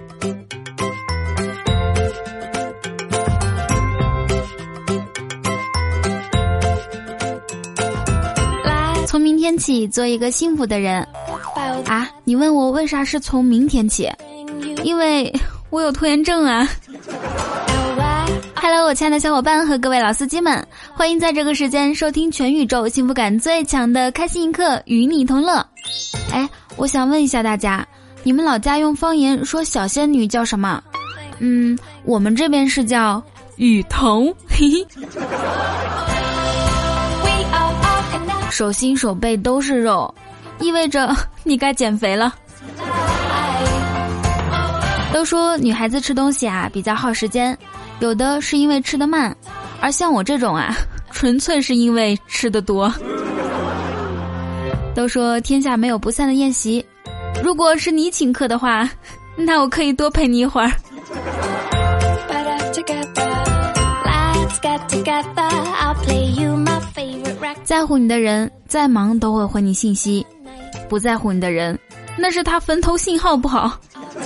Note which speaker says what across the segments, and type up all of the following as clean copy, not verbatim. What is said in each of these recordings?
Speaker 1: 从明天起做一个幸福的人啊！你问我为啥是从明天起？因为我有拖延症啊。Hello， 我亲爱的小伙伴和各位老司机们，欢迎在这个时间收听全宇宙幸福感最强的开心一刻，与你同乐。哎，我想问一下大家，你们老家用方言说小仙女叫什么？我们这边是叫雨桐。手心手背都是肉，意味着你该减肥了。都说女孩子吃东西啊比较耗时间，有的是因为吃得慢，而像我这种啊，纯粹是因为吃得多。都说天下没有不散的宴席，如果是你请客的话，那我可以多陪你一会儿。在乎你的人再忙都会回你信息，不在乎你的人那是他坟头信号不好。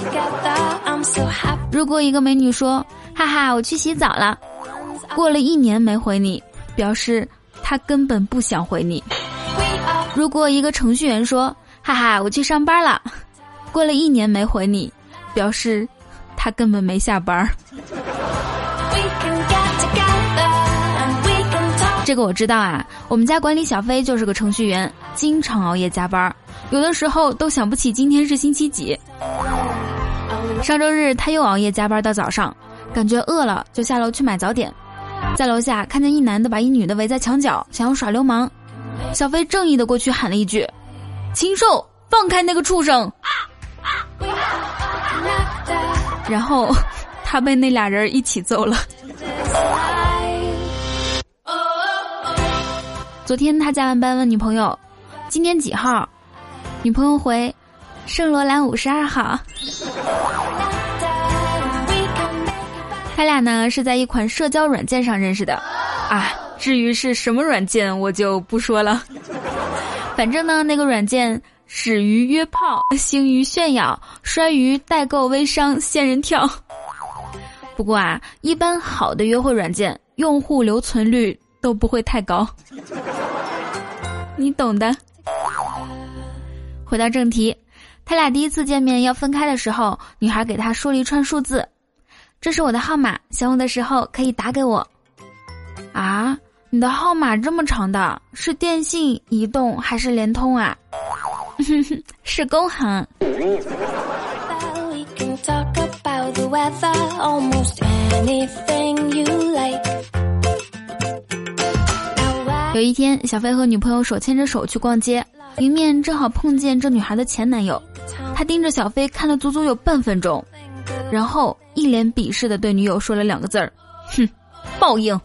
Speaker 1: 如果一个美女说哈哈我去洗澡了，过了1年没回你，表示她根本不想回你。如果一个程序员说哈哈我去上班了，过了1年没回你，表示他根本没下班。这个我知道啊，我们家管理小飞就是个程序员，经常熬夜加班，有的时候都想不起今天是星期几。上周日他又熬夜加班到早上，感觉饿了就下楼去买早点，在楼下看见一男的把一女的围在墙角，想要耍流氓。小飞正义的过去喊了一句：禽兽，放开那个畜生。然后他被那俩人一起揍了。昨天他加完班问女朋友今天几号，女朋友回圣罗兰52号。他俩呢是在一款社交软件上认识的啊，至于是什么软件我就不说了。反正呢那个软件始于约炮，兴于炫耀，衰于代购微商仙人跳。不过啊，一般好的约会软件用户留存率都不会太高，你懂的。回到正题，他俩第一次见面要分开的时候，女孩给他说了一串数字，这是我的号码，想我的时候可以打给我。啊，你的号码这么长的，是电信、移动还是联通啊？是工行。有一天，小飞和女朋友手牵着手去逛街，迎面正好碰见这女孩的前男友，他盯着小飞看了足足有半分钟，然后一脸鄙视地对女友说了2个字儿：哼，报应。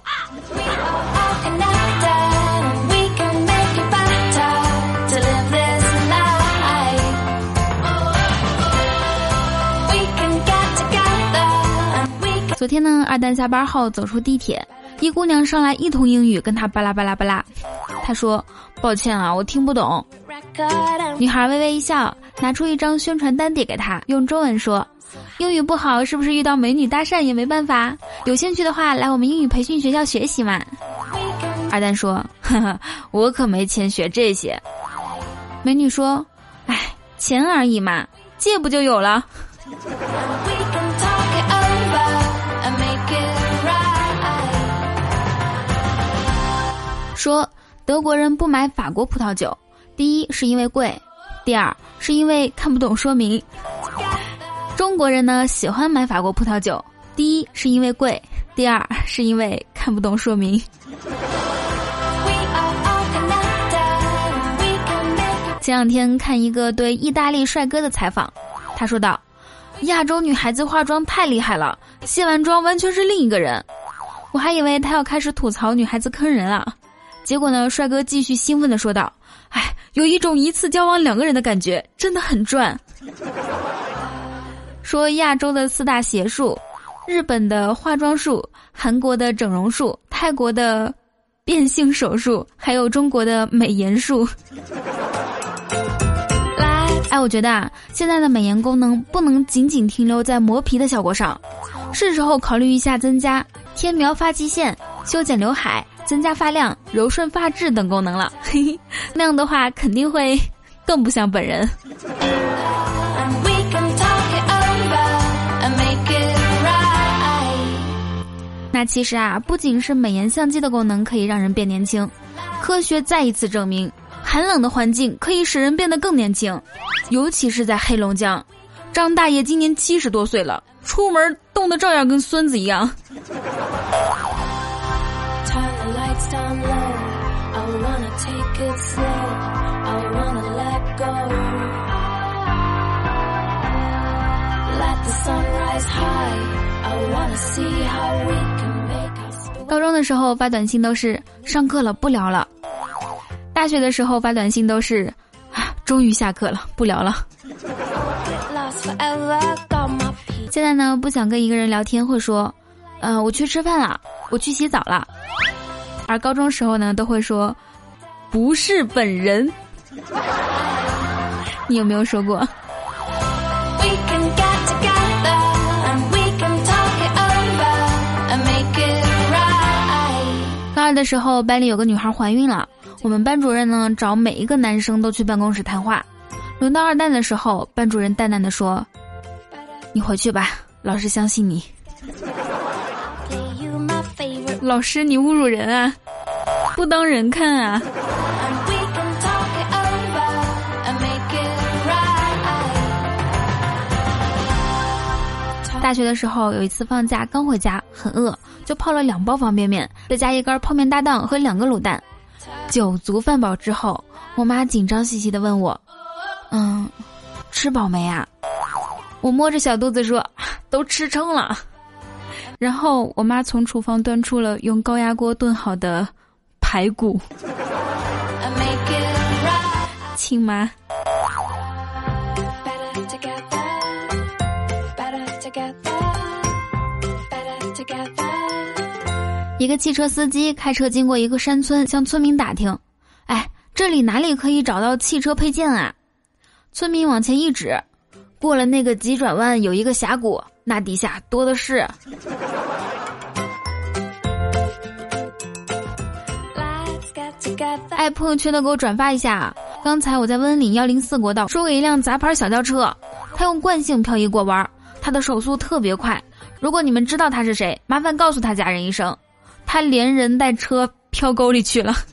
Speaker 1: 昨天呢，二蛋下班后走出地铁，一姑娘上来一通英语跟他巴拉巴拉巴拉。他说抱歉啊，我听不懂。女孩微微一笑，拿出一张宣传单递给他，用中文说英语不好是不是遇到美女搭讪也没办法，有兴趣的话来我们英语培训学校学习嘛。二蛋说呵呵，我可没钱学这些。美女说哎，钱而已嘛，借不就有了。说德国人不买法国葡萄酒，第一是因为贵，第二是因为看不懂说明。中国人呢喜欢买法国葡萄酒，第一是因为贵，第二是因为看不懂说明。前2天看一个对意大利帅哥的采访，他说道，亚洲女孩子化妆太厉害了，卸完妆完全是另一个人。我还以为他要开始吐槽女孩子坑人了，结果呢，帅哥继续兴奋地说道，哎，有一种一次交往2个人的感觉，真的很赚。说亚洲的4大邪术，日本的化妆术，韩国的整容术，泰国的变性手术，还有中国的美颜术。 我觉得啊，现在的美颜功能不能仅仅停留在磨皮的效果上，是时候考虑一下增加添描发际线、修剪刘海、增加发量、柔顺发质等功能了。那样的话肯定会更不像本人。那其实啊，不仅是美颜相机的功能可以让人变年轻，科学再一次证明，寒冷的环境可以使人变得更年轻，尤其是在黑龙江。张大爷今年70多岁了，出门冻得照样跟孙子一样。高中的时候发短信都是上课了不聊了，大学的时候发短信都是终于下课了不聊了。现在呢，不想跟一个人聊天会说我去吃饭了，我去洗澡了。而高中时候呢，都会说不是本人。你有没有说过？高二的时候，班里有个女孩怀孕了，我们班主任呢找每一个男生都去办公室谈话。轮到二蛋的时候，班主任淡淡的说：“你回去吧，老师相信你。”老师，你侮辱人啊，不当人看啊。大学的时候有一次放假刚回家，很饿，就泡了2包方便面，再加1根泡面搭档和2个卤蛋。酒足饭饱之后，我妈紧张兮兮地问我：“吃饱没啊？”我摸着小肚子说：“都吃撑了。”然后我妈从厨房端出了用高压锅炖好的排骨。亲妈。一个汽车司机开车经过一个山村，向村民打听：“这里哪里可以找到汽车配件啊？”村民往前一指，过了那个急转弯有一个峡谷，那底下多的是。朋友圈的给我转发一下。刚才我在温岭104国道收给一辆杂牌小轿车，他用惯性漂移过弯，他的手速特别快。如果你们知道他是谁，麻烦告诉他家人一声，他连人带车飘沟里去了。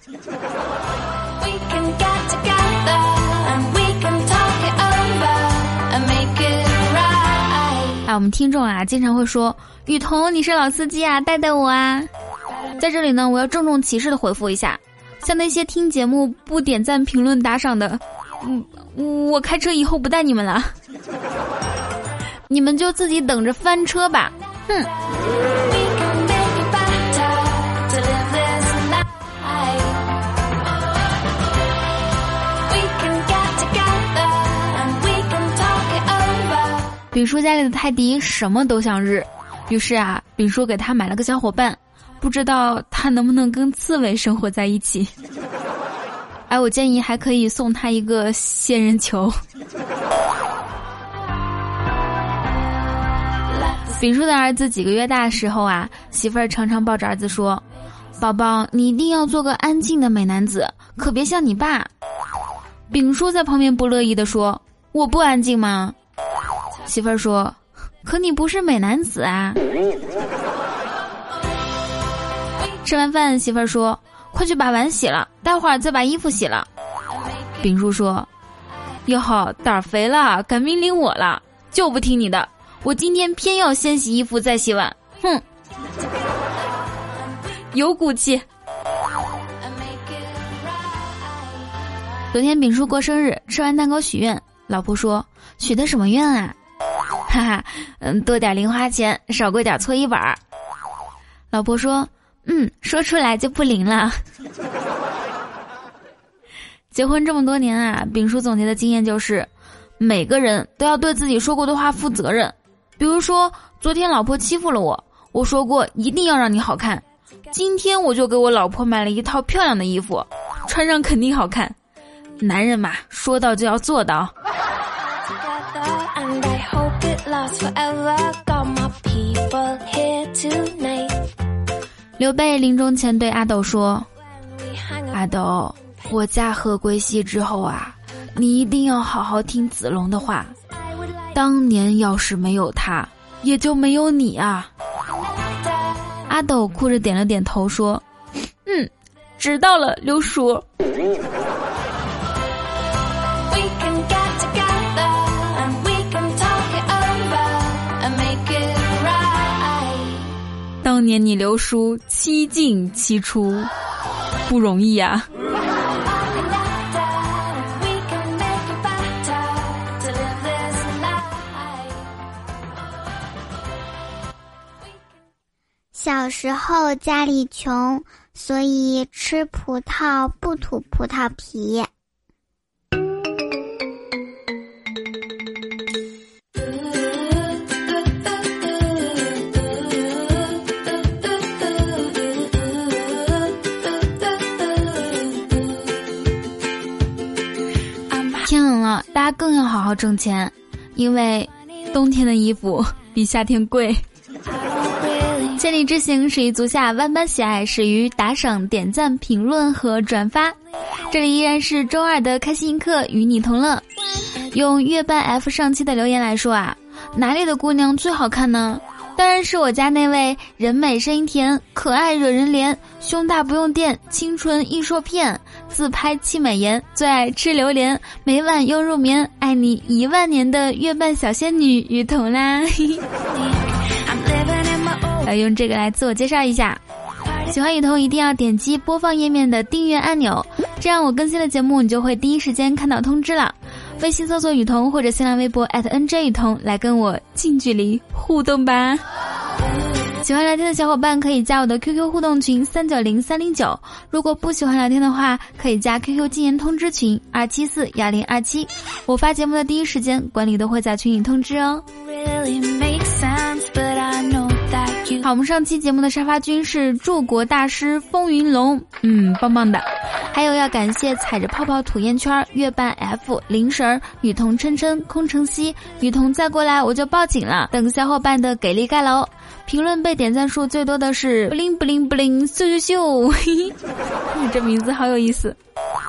Speaker 1: 我们听众啊经常会说：“雨桐，你是老司机啊，带带我啊。”在这里呢，我要郑重其事的回复一下，像那些听节目不点赞评论打赏的，我开车以后不带你们了，你们就自己等着翻车吧。哼。丙叔家里的泰迪什么都像日，于是啊，丙叔给他买了个小伙伴，不知道他能不能跟刺猬生活在一起。我建议还可以送他一个仙人球。丙叔的儿子几个月大的时候啊，媳妇儿常常抱着儿子说：“宝宝，你一定要做个安静的美男子，可别像你爸。”丙叔在旁边不乐意地说：“我不安静吗？”媳妇儿说：“可你不是美男子啊。”吃完饭，媳妇儿说：“快去把碗洗了，待会儿再把衣服洗了。”丙叔说：“哟吼，胆儿肥了，敢命令我了，就不听你的，我今天偏要先洗衣服再洗碗。”哼，有骨气。昨天丙叔过生日，吃完蛋糕许愿，老婆说：“许的什么愿啊？”哈哈，多点零花钱，少跪点搓衣板。老婆说：“说出来就不灵了。”结婚这么多年啊，丙叔总结的经验就是，每个人都要对自己说过的话负责任。比如说，昨天老婆欺负了我，我说过一定要让你好看。今天我就给我老婆买了一套漂亮的衣服，穿上肯定好看。男人嘛，说到就要做到。 刘备临终前对阿斗说，阿斗，我驾鹤归西之后啊，你一定要好好听子龙的话，当年要是没有他，也就没有你啊。阿斗哭着点了点头说，知道了，刘叔。当年你刘叔7进7出，不容易啊。
Speaker 2: 小时候家里穷，所以吃葡萄不吐葡萄皮。
Speaker 1: 天冷了，大家更要好好挣钱，因为冬天的衣服比夏天贵。千里之行始于足下，万般喜爱始于打赏、点赞、评论和转发。这里依然是周二的开心一刻，与你同乐。用月半 F 上期的留言来说啊，哪里的姑娘最好看呢？当然是我家那位人美声音甜，可爱惹人怜，胸大不用垫，清纯易受骗，自拍气美颜，最爱吃榴莲，每晚又入眠，爱你10000年的月半小仙女雨桐啦。要用这个来自我介绍一下，喜欢雨桐一定要点击播放页面的订阅按钮，这样我更新的节目你就会第一时间看到通知了。微信搜索雨桐或者新浪微博@NJ 雨桐来跟我近距离互动吧。喜欢聊天的小伙伴可以加我的 QQ 互动群390309，如果不喜欢聊天的话，可以加 QQ 禁言通知群2741027，我发节目的第一时间，管理都会在群里通知哦。好，我们上期节目的沙发君是柱国大师风云龙，棒棒的。还有要感谢踩着泡泡吐烟圈、月半 F、灵神、雨桐琛琛、空城西、雨桐再过来我就报警了等小伙伴的给力盖楼。评论被点赞数最多的是不灵不灵不灵秀秀秀，你这名字好有意思。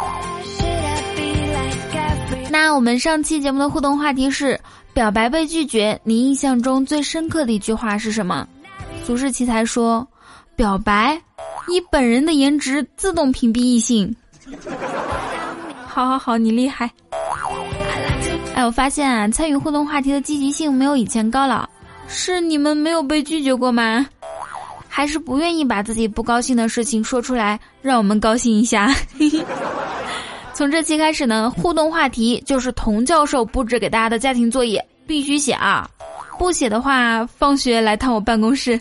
Speaker 1: 那我们上期节目的互动话题是表白被拒绝，你印象中最深刻的一句话是什么？俗世奇才说，表白以本人的颜值自动屏蔽异性。好，你厉害。我发现啊，参与互动话题的积极性没有以前高了，是你们没有被拒绝过吗？还是不愿意把自己不高兴的事情说出来，让我们高兴一下？从这期开始呢，互动话题就是童教授布置给大家的家庭作业，必须写啊！不写的话，放学来趟我办公室。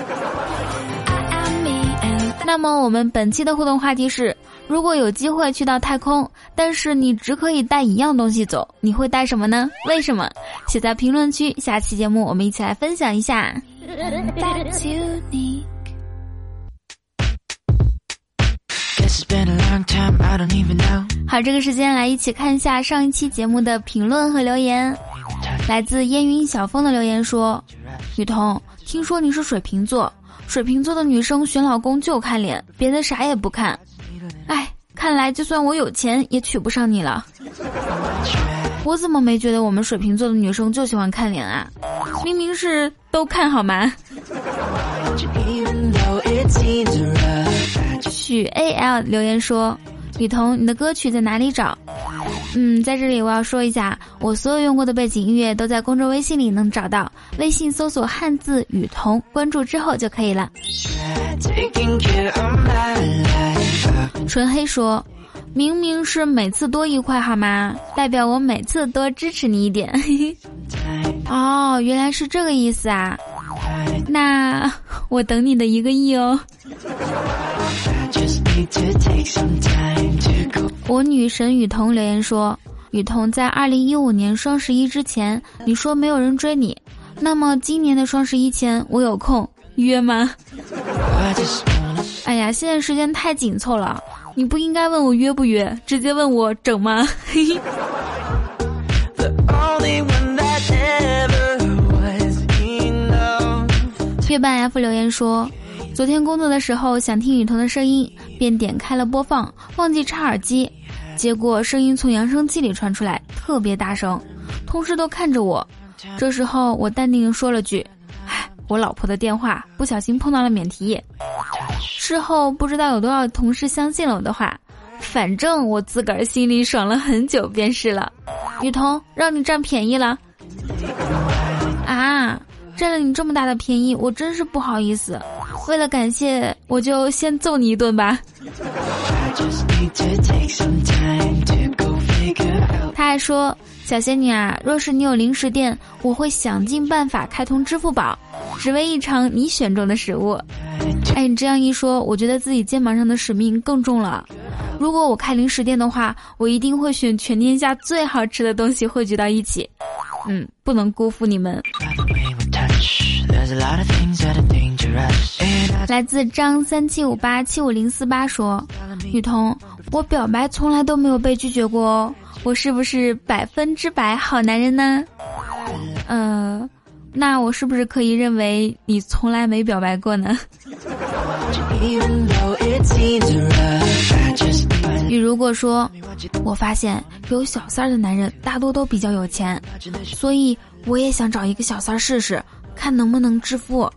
Speaker 1: 那么我们本期的互动话题是，如果有机会去到太空，但是你只可以带一样东西走，你会带什么呢？为什么？写在评论区，下期节目我们一起来分享一下。好，这个时间来一起看一下上一期节目的评论和留言。来自烟云小风的留言说，雨桐，听说你是水瓶座，水瓶座的女生选老公就看脸，别的啥也不看。看来就算我有钱也娶不上你了。我怎么没觉得我们水瓶座的女生就喜欢看脸啊？明明是都看好吗？许 AL 留言说，雨桐，你的歌曲在哪里找？在这里我要说一下，我所有用过的背景音乐都在公众微信里能找到，微信搜索汉字雨桐，关注之后就可以了。纯黑说，明明是每次多1块好吗？代表我每次多支持你一点。哦，原来是这个意思啊，那我等你的1个亿哦。我女神雨桐留言说，雨桐，在2015年双11之前你说没有人追你，那么今年的双11前我有空约吗？哎呀，现在时间太紧凑了，你不应该问我约不约，直接问我整吗？ 月半 F 留言说，昨天工作的时候想听雨桐的声音，便点开了播放，忘记插耳机，结果声音从扬声器里传出来，特别大声，同事都看着我。这时候我淡定地说了句，我老婆的电话不小心碰到了免提页。事后不知道有多少同事相信了我的话，反正我自个儿心里爽了很久便是了。雨桐，让你占便宜了啊，占了你这么大的便宜，我真是不好意思，为了感谢我就先揍你一顿吧。他还说，小仙女啊，若是你有零食店，我会想尽办法开通支付宝，只为一场你选中的食物。你这样一说，我觉得自己肩膀上的使命更重了。如果我开零食店的话，我一定会选全天下最好吃的东西汇聚到一起。不能辜负你们。来自张3758750448说，雨桐，我表白从来都没有被拒绝过哦，我是不是100%好男人呢？那我是不是可以认为你从来没表白过呢？雨如果说，我发现有小三儿的男人大多都比较有钱，所以我也想找一个小三儿试试，看能不能致富。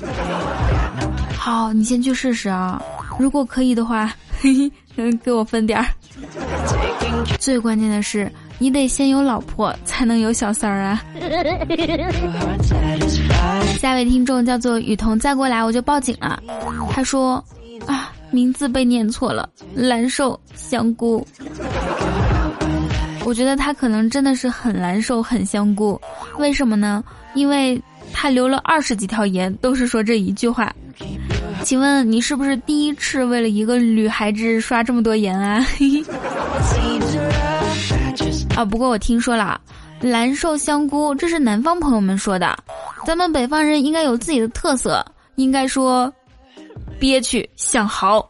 Speaker 1: 好，你先去试试啊，如果可以的话，给我分点儿。最关键的是，你得先有老婆才能有小三儿啊。下位听众叫做雨桐，再过来我就报警了。他说名字被念错了，蓝瘦香菇。我觉得他可能真的是很蓝瘦很香菇，为什么呢？因为他留了20几条言，都是说这一句话。请问你是不是第一次为了一个女孩子刷这么多言啊？不过我听说了，蓝瘦香菇这是南方朋友们说的，咱们北方人应该有自己的特色，应该说憋屈想豪。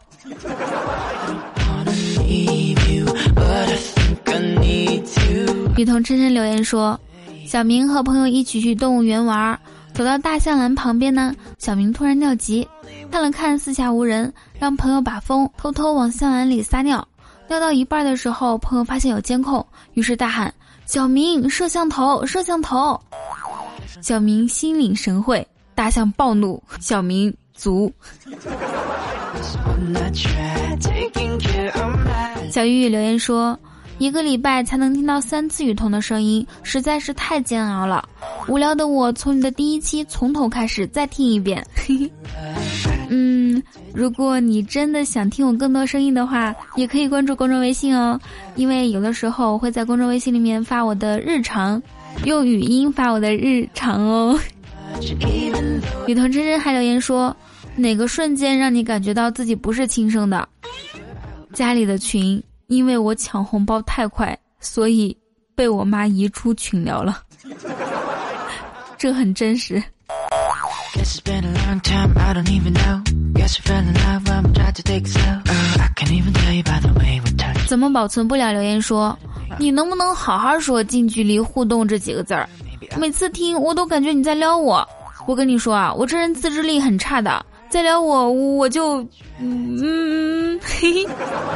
Speaker 1: 雨桐琛琛留言说，小明和朋友一起去动物园玩，走到大象栏旁边呢，小明突然尿急，看了看四下无人，让朋友把风偷偷往象栏里撒尿。尿到一半的时候，朋友发现有监控，于是大喊，小明摄像头摄像头。小明心领神会，大象暴怒，小明足。小玉玉留言说，一个礼拜才能听到3次雨桐的声音，实在是太煎熬了。无聊的我从你的第1期从头开始再听一遍。如果你真的想听我更多声音的话，也可以关注公众微信哦，因为有的时候我会在公众微信里面发我的日常，用语音发我的日常哦。雨桐真真还留言说，哪个瞬间让你感觉到自己不是亲生的？家里的群，因为我抢红包太快，所以被我妈移出群聊了。这很真实。怎么保存不了留言说，你能不能好好说近距离互动这几个字儿？每次听我都感觉你在撩我。我跟你说啊，我这人自制力很差的，再撩我就嘿嘿。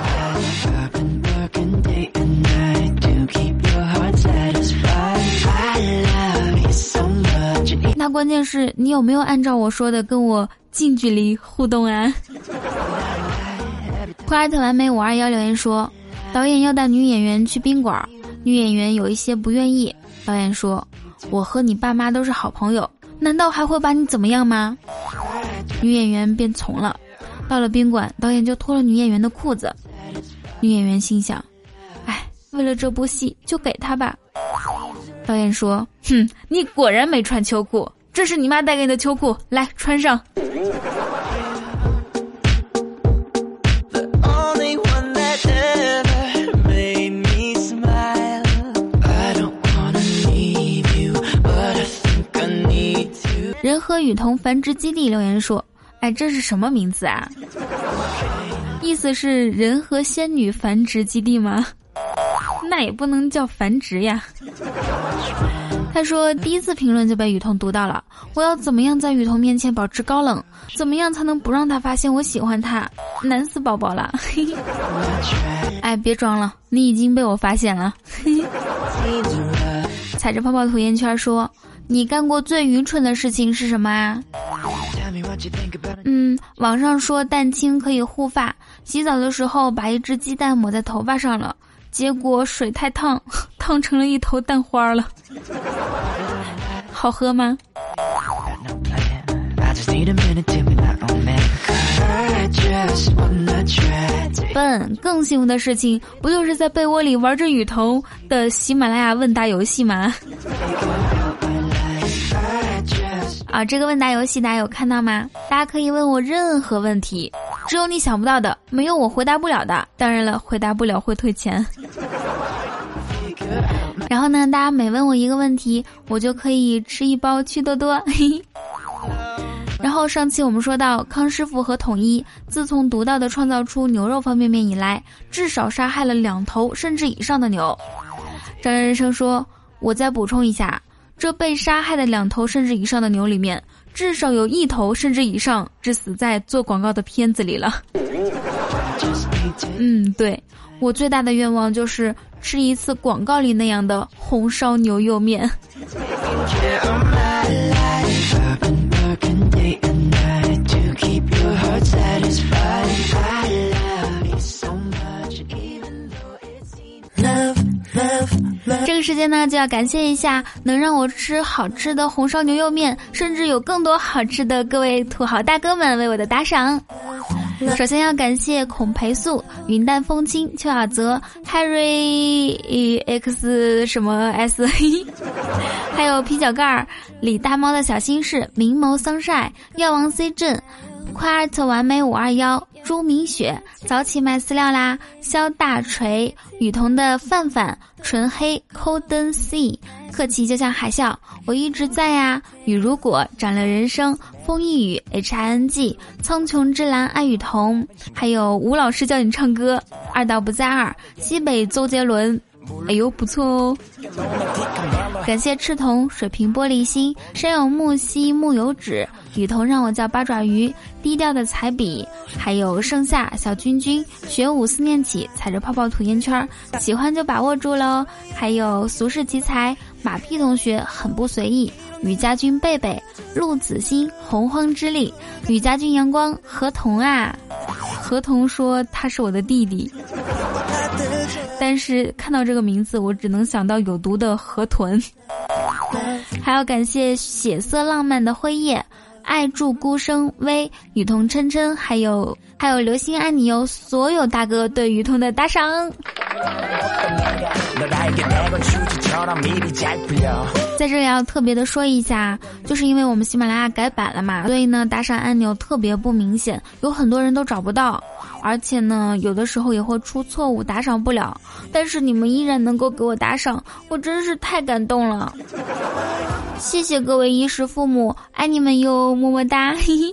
Speaker 1: 那关键是你有没有按照我说的跟我近距离互动啊？普尔特完美521留言说，导演要带女演员去宾馆，女演员有一些不愿意。导演说，我和你爸妈都是好朋友，难道还会把你怎么样吗？女演员便从了。到了宾馆，导演就脱了女演员的裤子。女演员心想，为了这部戏就给他吧。导演说，你果然没穿秋裤，这是你妈带给你的秋裤，来穿上。人和雨桐繁殖基地留言说，这是什么名字啊？意思是人和仙女繁殖基地吗？那也不能叫繁殖呀。 他说第一次评论就被雨桐读到了，我要怎么样在雨桐面前保持高冷？怎么样才能不让他发现我喜欢他？难死宝宝了。哎，别装了，你已经被我发现了。踩着泡泡吐烟圈说，你干过最愚蠢的事情是什么啊？网上说蛋清可以护发，洗澡的时候把一只鸡蛋抹在头发上了，结果水太烫，烫成了一头蛋花了。好喝吗？笨，更幸福的事情不就是在被窝里玩着雨桐的喜马拉雅问答游戏吗？啊，这个问答游戏大家有看到吗？大家可以问我任何问题，只有你想不到的，没有我回答不了的。当然了，回答不了会退钱。然后呢，大家每问我一个问题，我就可以吃一包趣多多。然后上期我们说到康师傅和统一自从独到的创造出牛肉方便面以来，至少杀害了2头甚至以上的牛。张人生说，我再补充一下，这被杀害的2头甚至以上的牛里面，至少有1头甚至以上是死在做广告的片子里了。对，我最大的愿望就是吃一次广告里那样的红烧牛肉面。这个时间呢，就要感谢一下能让我吃好吃的红烧牛肉面，甚至有更多好吃的各位土豪大哥们为我的打赏。首先要感谢孔培素、云淡风轻、邱小泽、Harry X 什么 S 还有啤酒盖、李大猫的小心事、明眸桑晒、药王 C 镇、Quiet 完美521、朱明雪、早起买饲料啦、肖大锤、雨桐的范范、纯黑、Coden C、客气就像海啸、我一直在呀、雨如果、斩了人生、风一雨、HING、苍穹之蓝、爱雨桐，还有吴老师教你唱歌、2道不在2、西北周杰伦，哎呦不错哦。感谢赤瞳、水瓶玻璃心、山有木兮木有纸、雨桐让我叫八爪鱼、低调的彩笔，还有盛夏、小君君、学舞思念起、踩着泡泡吐烟圈，喜欢就把握住喽，还有俗世奇才、马屁同学很不随意、雨家军贝贝、陆子欣、洪荒之力、雨家军阳光、合同啊，合同说他是我的弟弟，但是看到这个名字我只能想到有毒的河豚。还要感谢血色浪漫的辉夜、爱住孤生微、雨桐琛琛，还有流星爱你哟，所有大哥对雨桐的打赏。在这里要特别的说一下，就是因为我们喜马拉雅改版了嘛，所以呢打赏按钮特别不明显，有很多人都找不到，而且呢有的时候也会出错误打赏不了，但是你们依然能够给我打赏，我真是太感动了。谢谢各位衣食父母，爱你们哟，么么哒。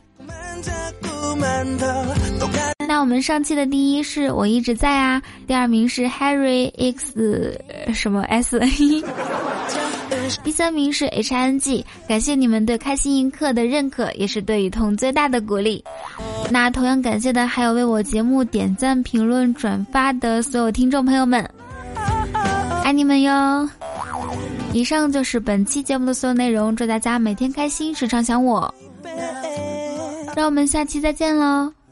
Speaker 1: 那我们上期的第1是我一直在啊，第2名是 Harry X 什么 S 第3名是 HING， 感谢你们对开心一刻的认可，也是对雨桐最大的鼓励。那同样感谢的还有为我节目点赞评论转发的所有听众朋友们，爱你们哟。以上就是本期节目的所有内容，祝大家每天开心，时常想我，让我们下期再见喽。